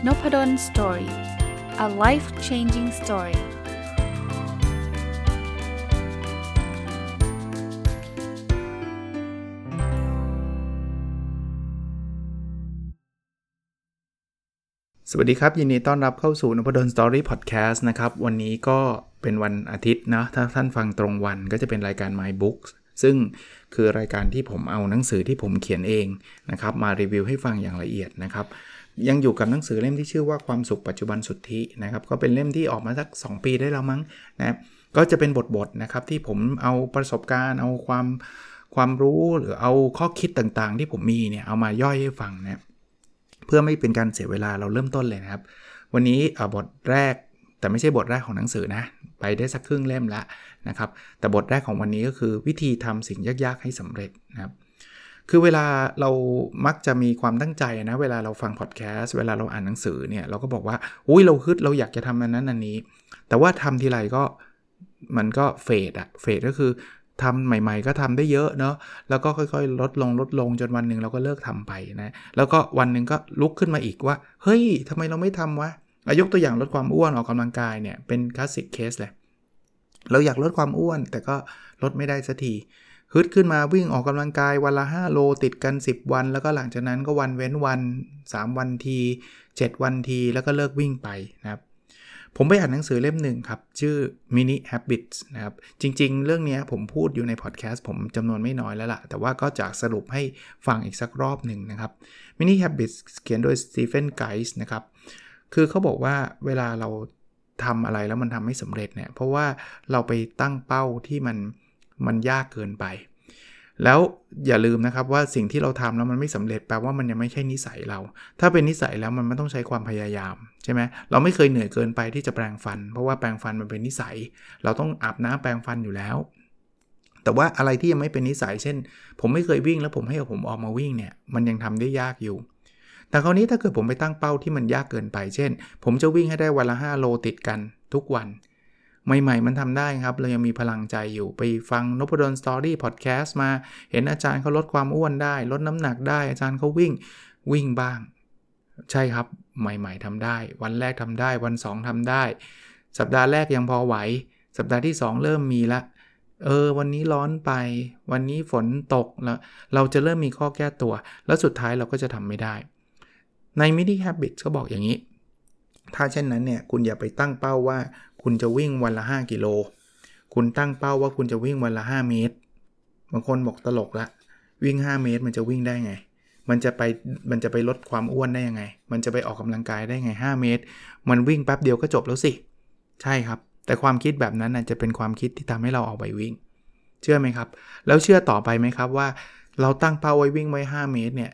Nopadon Story. A life-changing story. สวัสดีครับยินดีต้อนรับเข้าสู่ Nopadon Story Podcast นะครับวันนี้ก็เป็นวันอาทิตย์นะถ้าท่านฟังตรงวันก็จะเป็นรายการ My Books ซึ่งคือรายการที่ผมเอาหนังสือที่ผมเขียนเองนะครับมารีวิวให้ฟังอย่างละเอียดนะครับยังอยู่กับหนังสือเล่มที่ชื่อว่าความสุขปัจจุบันสุทธินะครับก็เป็นเล่มที่ออกมาสัก2 ปีได้แล้วมั้งนะก็จะเป็นบทนะครับที่ผมเอาประสบการณ์เอาความรู้หรือเอาข้อคิดต่างๆที่ผมมีเนี่ยเอามาย่อยให้ฟังนะเพื่อไม่เป็นการเสียเวลาเราเริ่มต้นเลยนะครับวันนี้บทแรกแต่ไม่ใช่บทแรกของหนังสือนะไปได้สักครึ่งเล่มแล้วนะครับแต่บทแรกของวันนี้ก็คือวิธีทำสิ่งยากๆให้สำเร็จนะครับคือเวลาเรามักจะมีความตั้งใจนะเวลาเราฟังพอดแคสต์เวลาเราอ่านหนังสือเนี่ยเราก็บอกว่าอุ้ยเราฮึดเราอยากจะทำอันนั้นอันนี้แต่ว่าทำทีไรก็มันก็เฟดก็คือทำใหม่ๆก็ทำได้เยอะเนาะแล้วก็ค่อยๆลดลงจนวันหนึ่งเราก็เลิกทำไปนะแล้วก็วันหนึ่งก็ลุกขึ้นมาอีกว่าเฮ้ยทำไมเราไม่ทำวะยกตัวอย่างลดความอ้วนออกกำลังกายเนี่ยเป็นคลาสสิกเคสเลยเราอยากลดความอ้วนแต่ก็ลดไม่ได้สักทีฮึดขึ้นมาวิ่งออกกำลังกายวันละ5 โลติดกัน10 วันแล้วก็หลังจากนั้นก็วันเว้นวัน3 วันที7 วันทีแล้วก็เลิกวิ่งไปนะครับผมไปอ่านหนังสือเล่มหนึ่งครับชื่อ Mini Habits นะครับจริงๆเรื่องนี้ผมพูดอยู่ในพอดแคสต์ผมจำนวนไม่น้อยแล้วล่ะแต่ว่าก็จะสรุปให้ฟังอีกสักรอบหนึ่งนะครับ Mini Habits เขียนโดย Stephen Guise นะครับคือเขาบอกว่าเวลาเราทำอะไรแล้วมันทำไม่สำเร็จเนี่ยเพราะว่าเราไปตั้งเป้าที่มันยากเกินไปแล้วอย่าลืมนะครับว่าสิ่งที่เราทำแล้วมันไม่สำเร็จแปลว่ามันยังไม่ใช่นิสัยเราถ้าเป็นนิสัยแล้วมันไม่ต้องใช้ความพยายามใช่ไหมเราไม่เคยเหนื่อยเกินไปที่จะแปรงฟันเพราะว่าแปรงฟันมันเป็นนิสัยเราต้องอาบน้ำแปรงฟันอยู่แล้วแต่ว่าอะไรที่ยังไม่เป็นนิสัยเช่นผมไม่เคยวิ่งแล้วผมให้ผมออกมาวิ่งเนี่ยมันยังทำได้ยากอยู่แต่คราวนี้ถ้าเกิดผมไปตั้งเป้าที่มันยากเกินไปเช่นผมจะวิ่งให้ได้วันละ5 โลติดกันทุกวันใหม่ๆมันทำได้ครับเรายังมีพลังใจอยู่ไปฟัง Nopadon Story Podcast มาเห็นอาจารย์เขาลดความอ้วนได้ลดน้ำหนักได้อาจารย์เขาวิ่งบ้างใช่ครับใหม่ๆทำได้วันแรกทำได้วัน2ทำได้สัปดาห์แรกยังพอไหวสัปดาห์ที่2เริ่มมีละวันนี้ร้อนไปวันนี้ฝนตกแล้วเราจะเริ่มมีข้อแก้ตัวแล้วสุดท้ายเราก็จะทำไม่ได้ใน Mini Habits เขาบอกอย่างนี้ถ้าเช่นนั้นเนี่ยคุณอย่าไปตั้งเป้าว่าคุณจะวิ่งวันละ5 กิโลคุณตั้งเป้าว่าคุณจะวิ่งวันละ5 เมตรบางคนบอกตลกละวิ่ง5 เมตรมันจะวิ่งได้ไงมันจะไปลดความอ้วนได้ยังไงมันจะไปออกกำลังกายได้ไง5 เมตรมันวิ่งแป๊บเดียวก็จบแล้วสิใช่ครับแต่ความคิดแบบนั้นจะเป็นความคิดที่ทำให้เราออกไปวิ่งเชื่อไหมครับแล้วเชื่อต่อไปไหมครับว่าเราตั้งเป้าไว้วิ่งไว้5 เมตรเนี่ย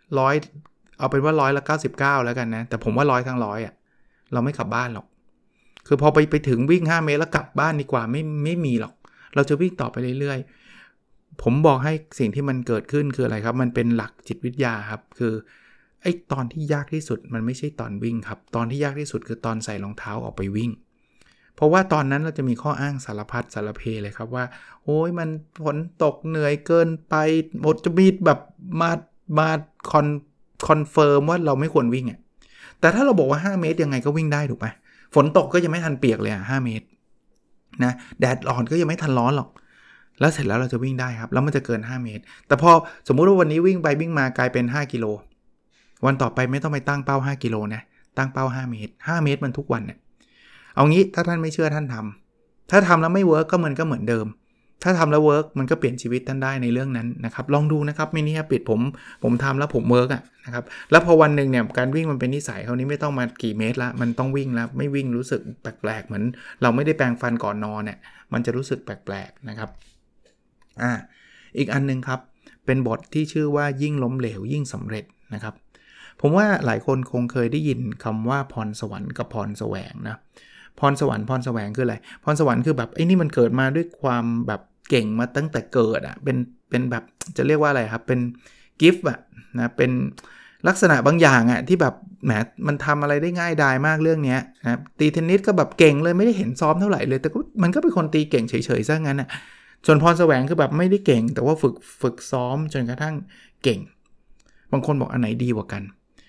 100เอาเป็นว่า199แล้วกันนะแต่ผมว่า100 ทั้ง 100เราไม่กลับบ้านหรอกคือพอไปถึงวิ่ง5 เมตรแล้วกลับบ้านดีกว่าไม่มีหรอกเราจะวิ่งต่อไปเรื่อยๆผมบอกให้สิ่งที่มันเกิดขึ้นคืออะไรครับมันเป็นหลักจิตวิทยาครับคือไอ้ตอนที่ยากที่สุดมันไม่ใช่ตอนวิ่งครับตอนที่ยากที่สุดคือตอนใส่รองเท้าออกไปวิ่งเพราะว่าตอนนั้นเราจะมีข้ออ้างสารพัดสารเพเลยครับว่าโอ้ยมันฝนตกเหนื่อยเกินไปหมดจะมีแบบมาคอนเฟิร์มว่าเราไม่ควรวิ่งแต่ถ้าเราบอกว่า5 เมตรยังไงก็วิ่งได้ถูกไหมฝนตกก็ยังไม่ทันเปียกเลย5 เมตรนะแดดร้อนก็ยังไม่ทันร้อนหรอกแล้วเสร็จแล้วเราจะวิ่งได้ครับแล้วมันจะเกิน5 เมตรแต่พอสมมุติว่าวันนี้วิ่งไปวิ่งมากลายเป็น5 กิโลวันต่อไปไม่ต้องไปตั้งเป้า5 กิโลนะตั้งเป้า5 เมตร5 เมตรมันทุกวันเนี่ยเอางี้ถ้าท่านไม่เชื่อท่านทำถ้าทำแล้วไม่เวิร์กก็เหมือนเดิมถ้าทำแล้วเวิร์กมันก็เปลี่ยนชีวิตท่านได้ในเรื่องนั้นนะครับลองดูนะครับMini Habitsผมทำแล้วผมเวิร์กนะครับแล้วพอวันนึงเนี่ยการวิ่งมันเป็นนิสัยคราวนี้ไม่ต้องมากี่เมตรละมันต้องวิ่งแล้วไม่วิ่งรู้สึกแปลกๆเหมือนเราไม่ได้แปรงฟันก่อนนอนเนี่ยมันจะรู้สึกแปลกๆนะครับอีกอันนึงครับเป็นบทที่ชื่อว่ายิ่งล้มเหลวยิ่งสำเร็จนะครับผมว่าหลายคนคงเคยได้ยินคำว่าพรสวรรค์กับพรแสวงนะพรสวรรค์พรแสวงคืออะไรพรสวรรค์คือแบบไอ้นี่มันเกิดมาด้วยความแบบเก่งมาตั้งแต่เกิดเป็นแบบจะเรียกว่าอะไรครับเป็นกิฟต์นะเป็นลักษณะบางอย่างที่แบบแหมมันทำอะไรได้ง่ายดายมากเรื่องนี้นะตีเทนนิสก็แบบเก่งเลยไม่ได้เห็นซ้อมเท่าไหร่เลยแต่ก็มันก็เป็นคนตีเก่งเฉยๆซะงั้นส่วนพรแสวงคือแบบไม่ได้เก่งแต่ว่าฝึกซ้อมจนกระทั่งเก่งบางคนบอกอันไหนดีกว่ากัน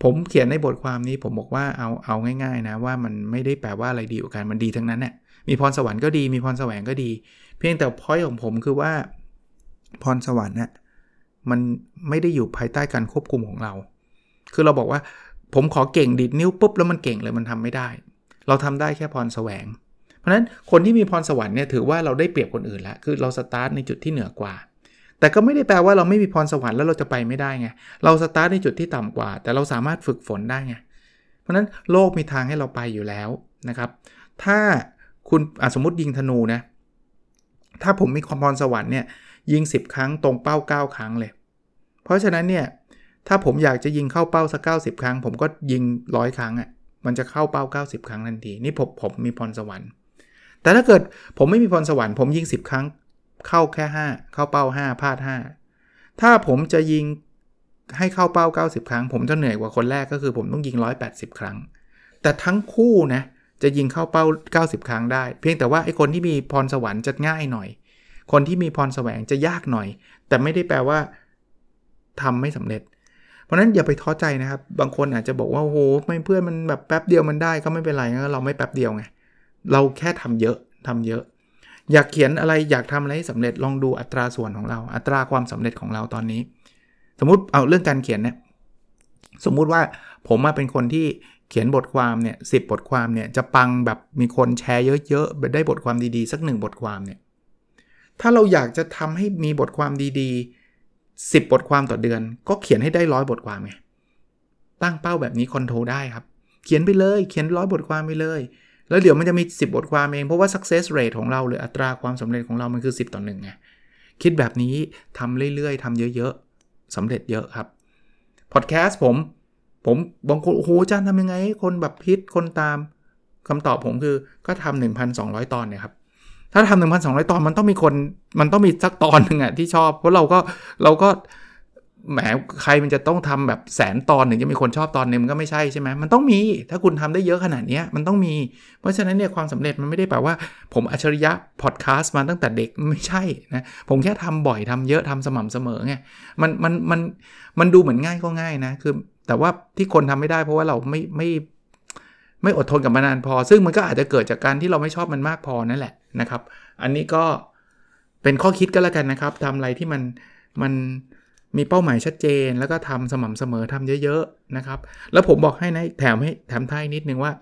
ผมเขียนในบทความนี้ผมบอกว่าเอาง่ายๆนะว่ามันไม่ได้แปลว่าอะไรดีกว่ากันมันดีทั้งนั้นแหละมีพรสวรรค์ก็ดีมีพรแสวงก็ดีเพียงแต่ point ของผมคือว่าพรสวรรค์น่ะมันไม่ได้อยู่ภายใต้การควบคุมของเราคือเราบอกว่าผมขอเก่งดีดนิ้วปุ๊บแล้วมันเก่งเลยมันทำไม่ได้เราทำได้แค่พรแสวงเพราะฉะนั้นคนที่มีพรสวรรค์เนี่ยถือว่าเราได้เปรียบคนอื่นแล้วคือเราสตาร์ทในจุดที่เหนือกว่าแต่ก็ไม่ได้แปลว่าเราไม่มีพรสวรรค์แล้วเราจะไปไม่ได้ไงเราสตาร์ทในจุดที่ต่ำกว่าแต่เราสามารถฝึกฝนได้ไงเพราะฉะนั้นโลกมีทางให้เราไปอยู่แล้วนะครับถ้าคุณสมมติยิงธนูนะถ้าผมมีพรสวรรค์เนี่ยยิง10ครั้งตรงเป้า9ครั้งเลยเพราะฉะนั้นเนี่ยถ้าผมอยากจะยิงเข้าเป้าสัก90ครั้งผมก็ยิง100ครั้งอ่ะมันจะเข้าเป้า90ครั้งทันทีนี่ผมมีพรสวรรค์แต่ถ้าเกิดผมไม่มีพรสวรรค์ผมยิง10ครั้งเข้าแค่5เข้าเป้า5พลาด5ถ้าผมจะยิงให้เข้าเป้า90ครั้งผมจะเหนื่อยกว่าคนแรกก็คือผมต้องยิง180ครั้งแต่ทั้งคู่นะจะยิงเข้าเป้า90ครั้งได้เพียงแต่ว่าไอ้คนที่มีพรสวรรค์จะง่ายหน่อยคนที่มีพรแสวงจะยากหน่อยแต่ไม่ได้แปลว่าทำไม่สำเร็จเพราะนั้นอย่าไปท้อใจนะครับบางคนอาจจะบอกว่าโอ้โหไม่เพื่อนมันแบบแป๊บเดียวมันได้ก็ไม่เป็นไรเราไม่แป๊บเดียวไงเราแค่ทำเยอะอยากเขียนอะไรอยากทำอะไรให้สำเร็จลองดูอัตราส่วนของเราอัตราความสำเร็จของเราตอนนี้สมมุติเอาเรื่องการเขียนเนี่ยสมมุติว่าผมมาเป็นคนที่เขียนบทความเนี่ย10บทความเนี่ยจะปังแบบมีคนแชร์เยอะๆได้บทความดีๆสัก1บทความเนี่ยถ้าเราอยากจะทำให้มีบทความดีๆ10บทความต่อเดือนก็เขียนให้ได้100บทความไงตั้งเป้าแบบนี้คอนโทรลได้ครับเขียนไปเลยเขียน100บทความไปเลยแล้วเดี๋ยวมันจะมี10บทความเองเพราะว่า success rate ของเราหรืออัตราความสำเร็จของเรามันคือ10 ต่อ 1ไงคิดแบบนี้ทำเรื่อยๆทำเยอะๆสำเร็จเยอะครับพอดแคสต์ผมบางคนโอ้โหอาจารย์ทำยังไงให้คนแบบฮิตคนตามคำตอบผมคือก็ทำ 1,200 ตอนเนี่ยครับถ้าทำ 1,200 ตอนมันต้องมีสักตอนนึงอะที่ชอบเพราะเราก็แหมใครมันจะต้องทำแบบ100,000 ตอนถึงจะมีคนชอบตอนนึงมันก็ไม่ใช่ใช่ไหมมันต้องมีถ้าคุณทำได้เยอะขนาดนี้มันต้องมีเพราะฉะนั้นเนี่ยความสำเร็จมันไม่ได้แปลว่าผมอัจฉริยะพอดแคสต์มาตั้งแต่เด็กไม่ใช่นะผมแค่ทำบ่อยทำเยอะทำสม่ำเสมอไงมันดูเหมือนง่ายก็ง่ายนะคือแต่ว่าที่คนทำไม่ได้เพราะว่าเราไม่อดทนกับมันนานพอซึ่งมันก็อาจจะเกิดจากการที่เราไม่ชอบมันมากพอนั่นแหละนะครับอันนี้ก็เป็นข้อคิดก็แล้วกันนะครับทำอะไรที่มันมีเป้าหมายชัดเจนแล้วก็ทำสม่ำเสมอทำเยอะๆนะครับแล้วผมบอกให้นะแถมท้ายนิดนึงว่า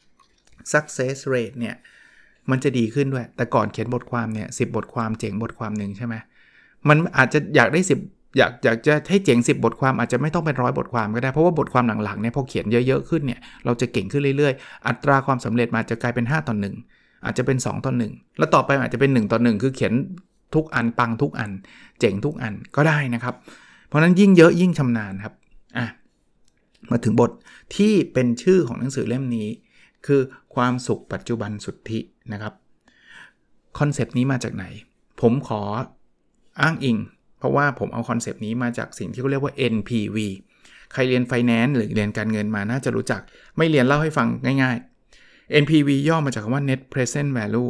success rate เนี่ยมันจะดีขึ้นด้วยแต่ก่อนเขียนบทความเนี่ย10บทความเจ๋งบทความนึงใช่ไหมมันอาจจะอยากได้10อยากจะให้เจ๋ง10บทความอาจจะไม่ต้องเป็น100บทความก็ได้เพราะว่าบทความหลังๆเนี่ยพอเขียนเยอะๆขึ้นเนี่ยเราจะเก่งขึ้นเรื่อยๆอัตราความสำเร็จมันจะกลายเป็น5 ต่อ 1อาจจะเป็น2 ต่อ 1แล้วต่อไปอาจจะเป็น1 ต่อ 1คือเขียนทุกอันปังทุกอันเจ๋งทุกอันก็ได้นะครับเพราะนั้นยิ่งเยอะยิ่งชำนาญครับมาถึงบทที่เป็นชื่อของหนังสือเล่มนี้คือความสุขปัจจุบันสุทธินะครับคอนเซปต์นี้มาจากไหนผมขออ้างอิงเพราะว่าผมเอาคอนเซปต์นี้มาจากสิ่งที่เขาเรียกว่า NPV ใครเรียน Finance หรือเรียนการเงินมาน่าจะรู้จักไม่เรียนเล่าให้ฟังง่ายๆ NPV ย่อมาจากคำว่า Net Present Value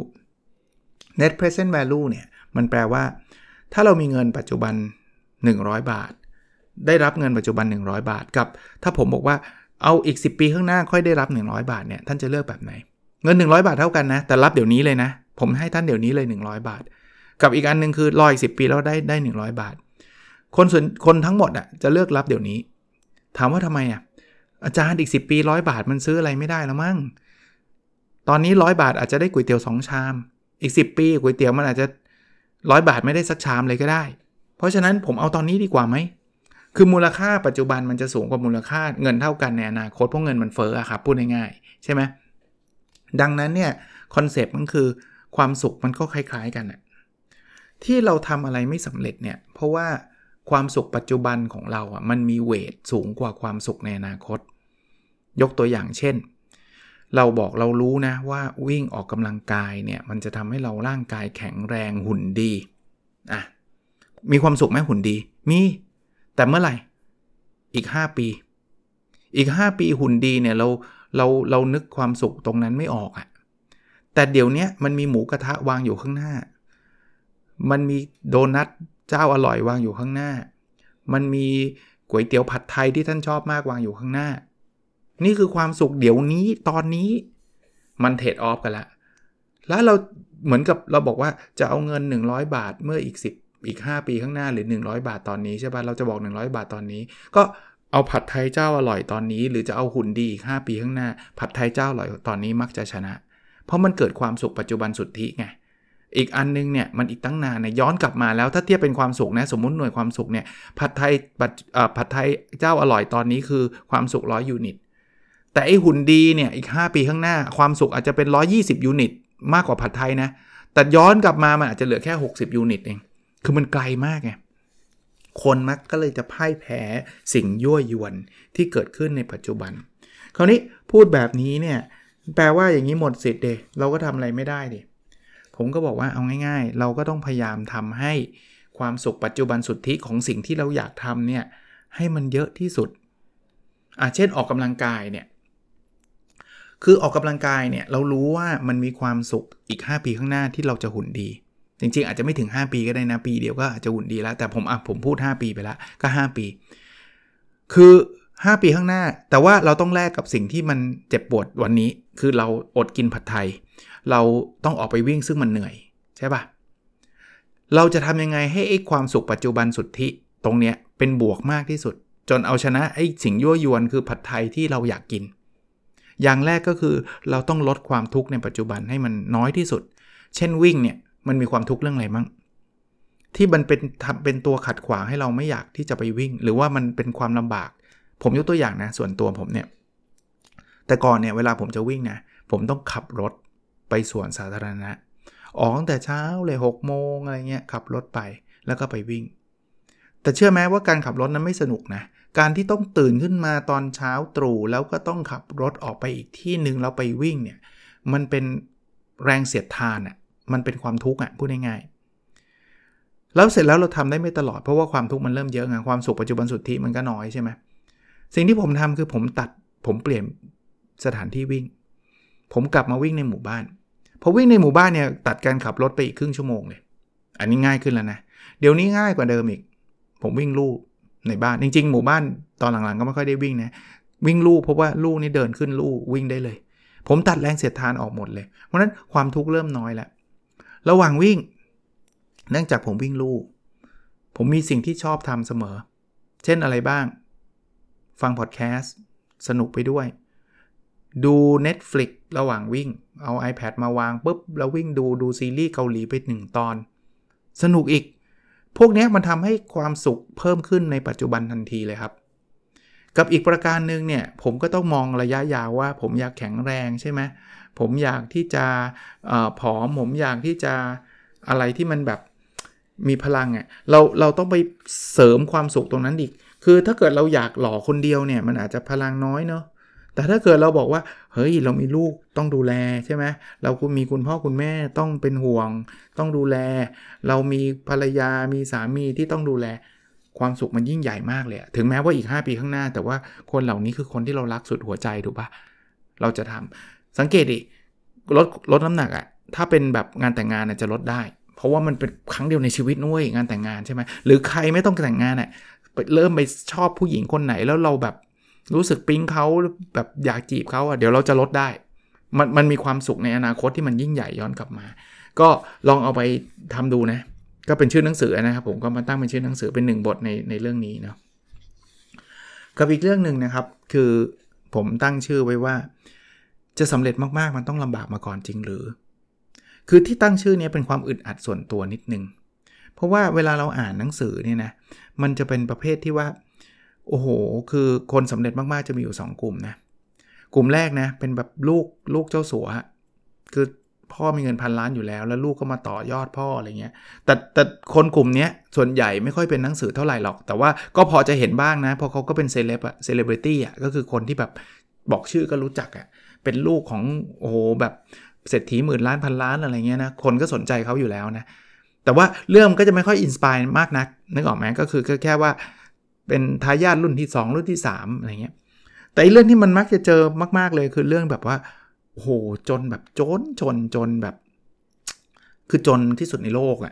Net Present Value เนี่ยมันแปลว่าถ้าเรามีเงินปัจจุบัน100 บาทได้รับเงินปัจจุบัน100 บาทกับถ้าผมบอกว่าเอาอีก10 ปีข้างหน้าค่อยได้รับ100 บาทเนี่ยท่านจะเลือกแบบไหนเงิน100 บาทเท่ากันนะแต่รับเดี๋ยวนี้เลยนะผมให้ท่านเดี๋ยวนี้เลย100 บาทกับอีกอันนึงคือรออีก10 ปีแล้วได้100 บาทคนทั้งหมดจะเลือกรับเดี๋ยวนี้ถามว่าทำไมอาจารย์อีก10 ปี100 บาทมันซื้ออะไรไม่ได้แล้วมั้งตอนนี้100 บาทอาจจะได้ก๋วยเตี๋ยว2 ชามอีก10 ปีก๋วยเตี๋ยวมันอาจจะ100 บาทไม่ได้สักชามเลยก็ได้เพราะฉะนั้นผมเอาตอนนี้ดีกว่าไหมคือมูลค่าปัจจุบันมันจะสูงกว่ามูลค่าเงินเท่ากันในอนาคตเพราะเงินมันเฟ้อครับพูดง่ายๆใช่ไหมดังนั้นเนี่ยคอนเซปต์มันคือความสุขมันก็คล้ายๆกันที่เราทำอะไรไม่สำเร็จเนี่ยเพราะว่าความสุขปัจจุบันของเรามันมีเวทสูงกว่าความสุขในอนาคตยกตัวอย่างเช่นเรารู้นะว่าวิ่งออกกำลังกายเนี่ยมันจะทำให้เราร่างกายแข็งแรงหุ่นดีมีความสุขไหมหุ่นดีมีแต่เมื่อไหร่อีก5 ปีหุ่นดีเนี่ยเรานึกความสุขตรงนั้นไม่ออกแต่เดี๋ยวนี้มันมีหมูกระทะวางอยู่ข้างหน้ามันมีโดนัทเจ้าอร่อยวางอยู่ข้างหน้ามันมีก๋วยเตี๋ยวผัดไทยที่ท่านชอบมากวางอยู่ข้างหน้านี่คือความสุขเดี๋ยวนี้ตอนนี้มันเทรดออฟกันแล้วเราเหมือนกับเราบอกว่าจะเอาเงิน100บาทเมื่ออีก5ปีข้างหน้าหรือ100บาทตอนนี้ใช่ป่ะเราจะบอก100บาทตอนนี้ก็เอาผัดไทยเจ้าอร่อยตอนนี้หรือจะเอาหุ่นดีอีก5ปีข้างหน้าผัดไทยเจ้าอร่อยตอนนี้มักจะชนะเพราะมันเกิดความสุขปัจจุบันสุทธิไงอีกอันนึงเนี่ยมันอีกตั้งนานเนี่ยย้อนกลับมาแล้วถ้าเทียบเป็นความสุขนะสมมุติหน่วยความสุขเนี่ยผัดไทยเจ้าอร่อยตอนนี้คือความสุข100ยูนิตแต่ไอ้หุ่นดีเนี่ยอีก5ปีข้างหน้าความสุขอาจจะเป็น120ยูนิตมากกว่าผัดไทยนะแต่ย้อนกลับมามันอาจจะเหลือแค่60ยูนิตเองคือมันไกลมากไงคนมักก็เลยจะพ่ายแพ้สิ่งยั่วยวนที่เกิดขึ้นในปัจจุบันคราวนี้พูดแบบนี้เนี่ยแปลว่าอย่างนี้หมดสิทธิ์เดะเราก็ทำอะไรไม่ได้ดิผมก็บอกว่าเอาง่ายๆเราก็ต้องพยายามทำให้ความสุขปัจจุบันสุทธิของสิ่งที่เราอยากทำเนี่ยให้มันเยอะที่สุดเช่นออกกำลังกายเนี่ยคือออกกำลังกายเนี่ยเรารู้ว่ามันมีความสุขอีก5ปีข้างหน้าที่เราจะหุ่นดีจริงๆอาจจะไม่ถึง5ปีก็ได้นะปีเดียวก็อาจจะหุ่นดีแล้วแต่ผมพูด5ปีไปแล้วก็5ปีคือ5ปีข้างหน้าแต่ว่าเราต้องแลกกับสิ่งที่มันเจ็บปวดวันนี้คือเราอดกินผัดไทยเราต้องออกไปวิ่งซึ่งมันเหนื่อยใช่ป่ะเราจะทำยังไงให้ไอ้ความสุขปัจจุบันสุทธิตรงเนี้ยเป็นบวกมากที่สุดจนเอาชนะไอ้สิ่งยั่วยวนคือผัดไทยที่เราอยากกินอย่างแรกก็คือเราต้องลดความทุกข์ในปัจจุบันให้มันน้อยที่สุดเช่นวิ่งเนี่ยมันมีความทุกข์เรื่องอะไรมั่งที่มันเป็นตัวขัดขวางให้เราไม่อยากที่จะไปวิ่งหรือว่ามันเป็นความลำบากผมยกตัวอย่างนะส่วนตัวผมเนี่ยแต่ก่อนเนี่ยเวลาผมจะวิ่งนะผมต้องขับรถไปสวนสาธารณะออกตั้งแต่เช้าเลย6 โมงอะไรเงี้ยขับรถไปแล้วก็ไปวิ่งแต่เชื่อไหมว่าการขับรถนั้นไม่สนุกนะการที่ต้องตื่นขึ้นมาตอนเช้าตรู่แล้วก็ต้องขับรถออกไปอีกที่นึงแล้วไปวิ่งเนี่ยมันเป็นแรงเสียดทานมันเป็นความทุกข์พูดง่ายๆแล้วเสร็จแล้วเราทำได้ไม่ตลอดเพราะว่าความทุกข์มันเริ่มเยอะไงความสุขปัจจุบันสุทธิมันก็น้อยใช่ไหมสิ่งที่ผมทำคือผมเปลี่ยนสถานที่วิ่งผมกลับมาวิ่งในหมู่บ้านพอวิ่งในหมู่บ้านเนี่ยตัดการขับรถไปอีกครึ่งชั่วโมงเลยอันนี้ง่ายขึ้นแล้วนะเดี๋ยวนี้ง่ายกว่าเดิมอีกผมวิ่งลู่ในบ้านจริงๆหมู่บ้านตอนหลังๆก็ไม่ค่อยได้วิ่งนะวิ่งลู่เพราะว่าลู่นี่เดินขึ้นลู่วิ่งได้เลยผมตัดแรงเสียดทานออกหมดเลยเพราะนั้นความทุกข์เริ่มน้อยแล้วระหว่างวิ่งเนื่องจากผมวิ่งลู่ผมมีสิ่งที่ชอบทำเสมอเช่นอะไรบ้างฟังพอดแคสต์สนุกไปด้วยดู Netflix ระหว่างวิ่งเอา iPad มาวางปุ๊บแล้ววิ่งดูซีรีส์เกาหลีไป1 ตอนสนุกอีกพวกนี้มันทำให้ความสุขเพิ่มขึ้นในปัจจุบันทันทีเลยครับกับอีกประการนึงเนี่ยผมก็ต้องมองระยะยาวว่าผมอยากแข็งแรงใช่ไหมผมอยากที่จะผอมผมอยากที่จะอะไรที่มันแบบมีพลังเราต้องไปเสริมความสุขตรงนั้นอีกคือถ้าเกิดเราอยากหล่อคนเดียวเนี่ยมันอาจจะพลังน้อยเนาะแต่ถ้าเกิดเราบอกว่าเฮ้ยเรามีลูกต้องดูแลใช่ไหมเรามีคุณพ่อคุณแม่ต้องเป็นห่วงต้องดูแลเรามีภรรยามีสามีที่ต้องดูแลความสุขมันยิ่งใหญ่มากเลยถึงแม้ว่าอีก5ปีข้างหน้าแต่ว่าคนเหล่านี้คือคนที่เรารักสุดหัวใจถูกปะเราจะทำสังเกตดิลดน้ำหนักถ้าเป็นแบบงานแต่งงานจะลดได้เพราะว่ามันเป็นครั้งเดียวในชีวิตนุ้ยงานแต่งงานใช่ไหมหรือใครไม่ต้องแต่งงานเริ่มไปชอบผู้หญิงคนไหนแล้วเราแบบรู้สึกปิ๊งเขาแบบอยากจีบเขาเดี๋ยวเราจะลดได้มันมีความสุขในอนาคตที่มันยิ่งใหญ่ย้อนกลับมาก็ลองเอาไปทำดูนะก็เป็นชื่อหนังสือนะครับผมก็มาตั้งเป็นชื่อหนังสือเป็น1 บทในเรื่องนี้เนาะกับอีกเรื่องนึงนะครับคือผมตั้งชื่อไว้ว่าจะสำเร็จมากๆมันต้องลำบากมาก่อนจริงหรือคือที่ตั้งชื่อนี้เป็นความอึดอัดส่วนตัวนิดนึงเพราะว่าเวลาเราอ่านหนังสือเนี่ยนะมันจะเป็นประเภทที่ว่าโอ้โหคือคนสำเร็จมากๆจะมีอยู่2 กลุ่มนะกลุ่มแรกนะเป็นแบบลูกเจ้าสัวคือพ่อมีเงิน1,000 ล้านอยู่แล้วลูกก็มาต่อยอดพ่ออะไรเงี้ยแต่คนกลุ่มนี้ส่วนใหญ่ไม่ค่อยเป็นหนังสือเท่าไหร่หรอกแต่ว่าก็พอจะเห็นบ้างนะเพราะเขาก็เป็นเซเลบริตี้ก็คือคนที่แบบบอกชื่อก็รู้จักเป็นลูกของโอ้โหแบบเศรษฐี10,000 ล้าน1,000 ล้านอะไรเงี้ยนะคนก็สนใจเขาอยู่แล้วนะแต่ว่าเรื่องก็จะไม่ค่อยอินสไปร์มากนักนึกออกไหมก็คือแค่ว่าเป็นทายาทรุ่นที่2รุ่นที่3อะไรเงี้ยแต่เรื่องที่มันมักจะเจอมากๆเลยคือเรื่องแบบว่าโอ้โหจนแบบจนแบบคือจนที่สุดในโลก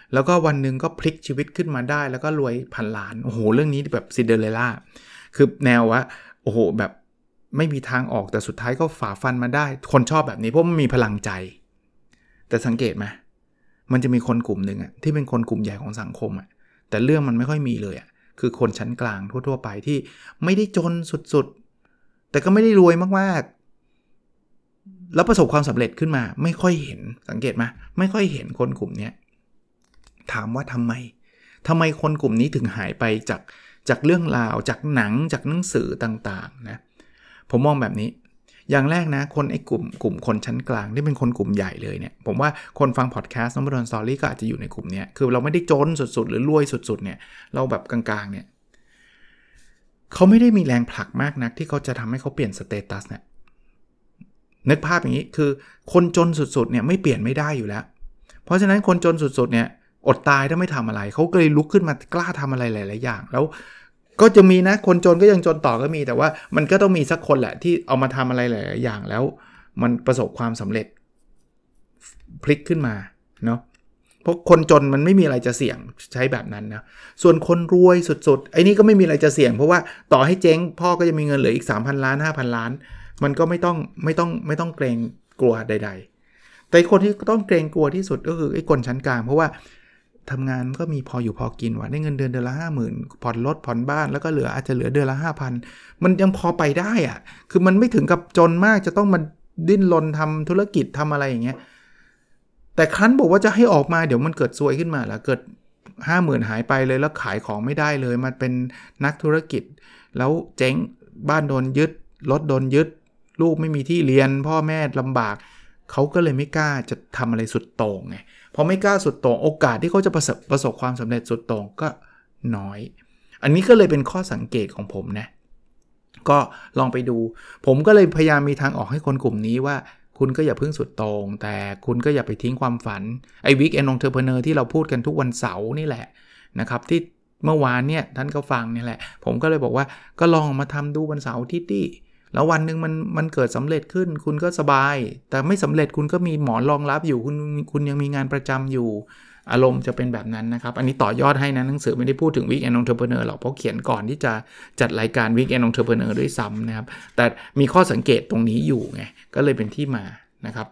แล้วก็วันนึงก็พลิกชีวิตขึ้นมาได้แล้วก็รวยพันล้านโอ้โหเรื่องนี้แบบซินเดอเรลล่าคือแนวว่าโอ้โหแบบไม่มีทางออกแต่สุดท้ายก็ฝ่าฟันมาได้คนชอบแบบนี้เพราะมันมีพลังใจแต่สังเกตไหมมันจะมีคนกลุ่มนึงอ่ะที่เป็นคนกลุ่มใหญ่ของสังคมอ่ะแต่เรื่องมันไม่ค่อยมีเลยอ่ะคือคนชั้นกลางทั่วๆไปที่ไม่ได้จนสุดๆแต่ก็ไม่ได้รวยมากๆแล้วประสบความสำเร็จขึ้นมาไม่ค่อยเห็นสังเกตไหมไม่ค่อยเห็นคนกลุ่มนี้ถามว่าทำไมคนกลุ่มนี้ถึงหายไปจากเรื่องราวจากหนังจากหนังสือต่างๆนะผมมองแบบนี้อย่างแรกนะคนไอ้กลุ่มคนชั้นกลางที่เป็นคนกลุ่มใหญ่เลยเนี่ยผมว่าคนฟังพอดแคสต์นพดลสตอรี่ก็อาจจะอยู่ในกลุ่มนี้คือเราไม่ได้จนสุดๆหรือรวยสุดๆเนี่ยเราแบบกลางๆเนี่ยเขาไม่ได้มีแรงผลักมากนักที่เขาจะทำให้เขาเปลี่ยนสเตตัสเนี่ยนึกภาพอย่างนี้คือคนจนสุดๆเนี่ยไม่เปลี่ยนไม่ได้อยู่แล้วเพราะฉะนั้นคนจนสุดๆเนี่ยอดตายถ้าไม่ทำอะไรเขาก็เลยลุกขึ้นมากล้าทำอะไรหลายๆอย่างแล้วก็จะมีนะคนจนก็ยังจนต่อก็มีแต่ว่ามันก็ต้องมีสักคนแหละที่เอามาทำอะไรหลายๆอย่างแล้วมันประสบความสำเร็จพลิกขึ้นมาเนาะเพราะคนจนมันไม่มีอะไรจะเสี่ยงใช้แบบนั้นนะส่วนคนรวยสุดๆไอ้นี่ก็ไม่มีอะไรจะเสี่ยงเพราะว่าต่อให้เจ๊งพ่อก็จะมีเงินเหลืออีก 3,000 ล้าน 5,000 ล้านมันก็ไม่ต้องเกรงกลัวใดๆแต่คนที่ต้องเกรงกลัวที่สุดก็คือไอ้คนชั้นกลางเพราะว่าทำงานก็มีพออยู่พอกินว่ะได้เงินเดือนละ 50,000 ผ่อนรถผ่อนบ้านแล้วก็อาจจะเหลือเดือนละ 5,000 มันยังพอไปได้อ่ะคือมันไม่ถึงกับจนมากจะต้องมาดิ้นรนทำธุรกิจทำอะไรอย่างเงี้ยแต่ครั้นบอกว่าจะให้ออกมาเดี๋ยวมันเกิดซวยขึ้นมาแล้วเกิด 50,000 หายไปเลยแล้วขายของไม่ได้เลยมันเป็นนักธุรกิจแล้วเจ๊งบ้านโดนยึดรถโดนยึดลูกไม่มีที่เรียนพ่อแม่ลำบากเขาก็เลยไม่กล้าจะทำอะไรสุดโต่งไงพอไม่กล้าสุดโต่งโอกาสที่เขาจะประสบความสำเร็จสุดโต่งก็น้อยอันนี้ก็เลยเป็นข้อสังเกตของผมนะก็ลองไปดูผมก็เลยพยายามมีทางออกให้คนกลุ่มนี้ว่าคุณก็อย่าเพิ่งสุดโต่งแต่คุณก็อย่าไปทิ้งความฝันไอ้ Weekend Entrepreneur ที่เราพูดกันทุกวันเสาร์นี่แหละนะครับที่เมื่อวานเนี่ยท่านก็ฟังนี่แหละผมก็เลยบอกว่าก็ลองมาทำดูวันเสาร์อาทิตย์ดิแล้ววันนึงมันเกิดสำเร็จขึ้นคุณก็สบายแต่ไม่สำเร็จคุณก็มีหมอนรองรับอยู่คุณยังมีงานประจำอยู่อารมณ์จะเป็นแบบนั้นนะครับอันนี้ต่อยอดให้นะหนังสือไม่ได้พูดถึง Weekend Entrepreneur หรอกเพราะเขียนก่อนที่จะจัดรายการ Weekend Entrepreneur ด้วยซ้ำนะครับแต่มีข้อสังเกตตรงนี้อยู่ไงก็เลยเป็นที่มานะครับ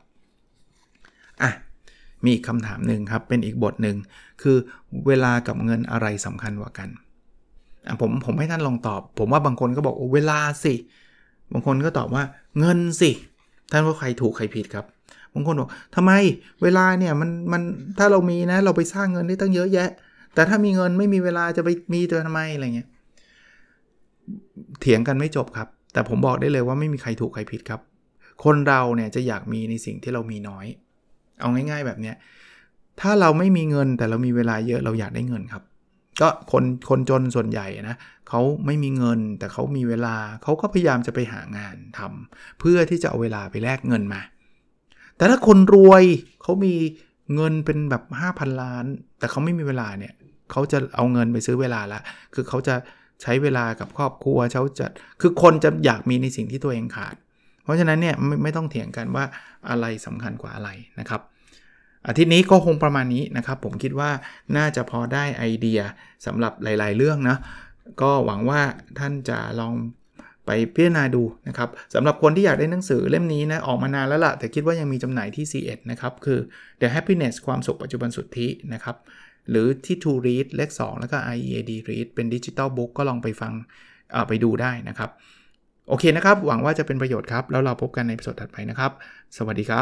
มีอีกคำถามหนึ่งครับเป็นอีกบทหนึ่งคือเวลากับเงินอะไรสำคัญกว่ากันผมให้ท่านลองตอบผมว่าบางคนก็บอกเวลาสิบางคนก็ตอบว่าเงินสิท่านว่าใครถูกใครผิดครับบางคนบอกทำไมเวลาเนี่ยมันถ้าเรามีนะเราไปสร้างเงินได้ตั้งเยอะแยะแต่ถ้ามีเงินไม่มีเวลาจะไปมีตัวทำไมอะไรเงี้ยเถียงกันไม่จบครับแต่ผมบอกได้เลยว่าไม่มีใครถูกใครผิดครับคนเราเนี่ยจะอยากมีในสิ่งที่เรามีน้อยเอาง่ายๆแบบเนี้ยถ้าเราไม่มีเงินแต่เรามีเวลาเยอะเราอยากได้เงินครับก็คนจนส่วนใหญ่นะเขาไม่มีเงินแต่เขามีเวลาเขาก็พยายามจะไปหางานทำเพื่อที่จะเอาเวลาไปแลกเงินมาแต่ถ้าคนรวยเขามีเงินเป็นแบบ 5,000 ล้านแต่เขาไม่มีเวลาเนี่ยเขาจะเอาเงินไปซื้อเวลาละคือเขาจะใช้เวลากับครอบครัวคือคนจะอยากมีในสิ่งที่ตัวเองขาดเพราะฉะนั้นเนี่ยไม่ต้องเถียงกันว่าอะไรสำคัญกว่าอะไรนะครับอาทิตย์นี้ก็คงประมาณนี้นะครับผมคิดว่าน่าจะพอได้ไอเดียสำหรับหลายๆเรื่องนะก็หวังว่าท่านจะลองไปพิจารณาดูนะครับสำหรับคนที่อยากได้หนังสือเล่มนี้นะออกมานานแล้วล่ะแต่คิดว่ายังมีจำหน่ายที่ C1 นะครับคือ The Happiness ความสุขปัจจุบันสุทธินะครับหรือที่ To Read เลข 2 แล้วก็ IEAD Read เป็นดิจิทัลบุ๊กก็ลองไปฟังไปดูได้นะครับโอเคนะครับหวังว่าจะเป็นประโยชน์ครับแล้วเราพบกันในตอนถัดไปนะครับสวัสดีครับ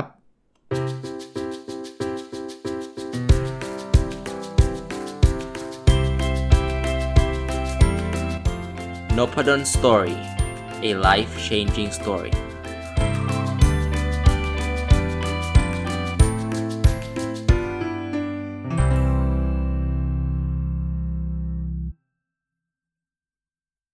Noppadan Story, a life-changing story.